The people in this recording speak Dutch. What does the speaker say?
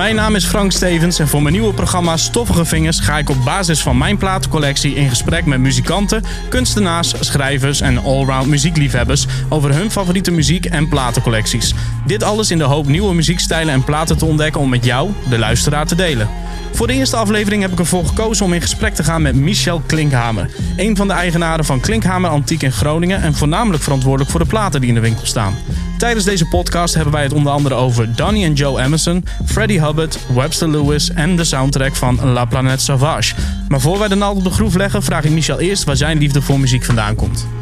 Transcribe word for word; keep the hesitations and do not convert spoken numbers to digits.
Mijn naam is Frank Stevens en voor mijn nieuwe programma Stoffige Vingers ga ik op basis van mijn platencollectie in gesprek met muzikanten, kunstenaars, schrijvers en allround muziekliefhebbers over hun favoriete muziek en platencollecties. Dit alles in de hoop nieuwe muziekstijlen en platen te ontdekken om met jou, de luisteraar, te delen. Voor de eerste aflevering heb ik ervoor gekozen om in gesprek te gaan met Michel Klinkhamer, een van de eigenaren van Klinkhamer Antiek in Groningen en voornamelijk verantwoordelijk voor de platen die in de winkel staan. Tijdens deze podcast hebben wij het onder andere over Donny en Joe Emerson, Freddie Hubbard, Webster Lewis en de soundtrack van La Planète Sauvage. Maar voor wij de naald op de groef leggen, vraag ik Michel eerst waar zijn liefde voor muziek vandaan komt.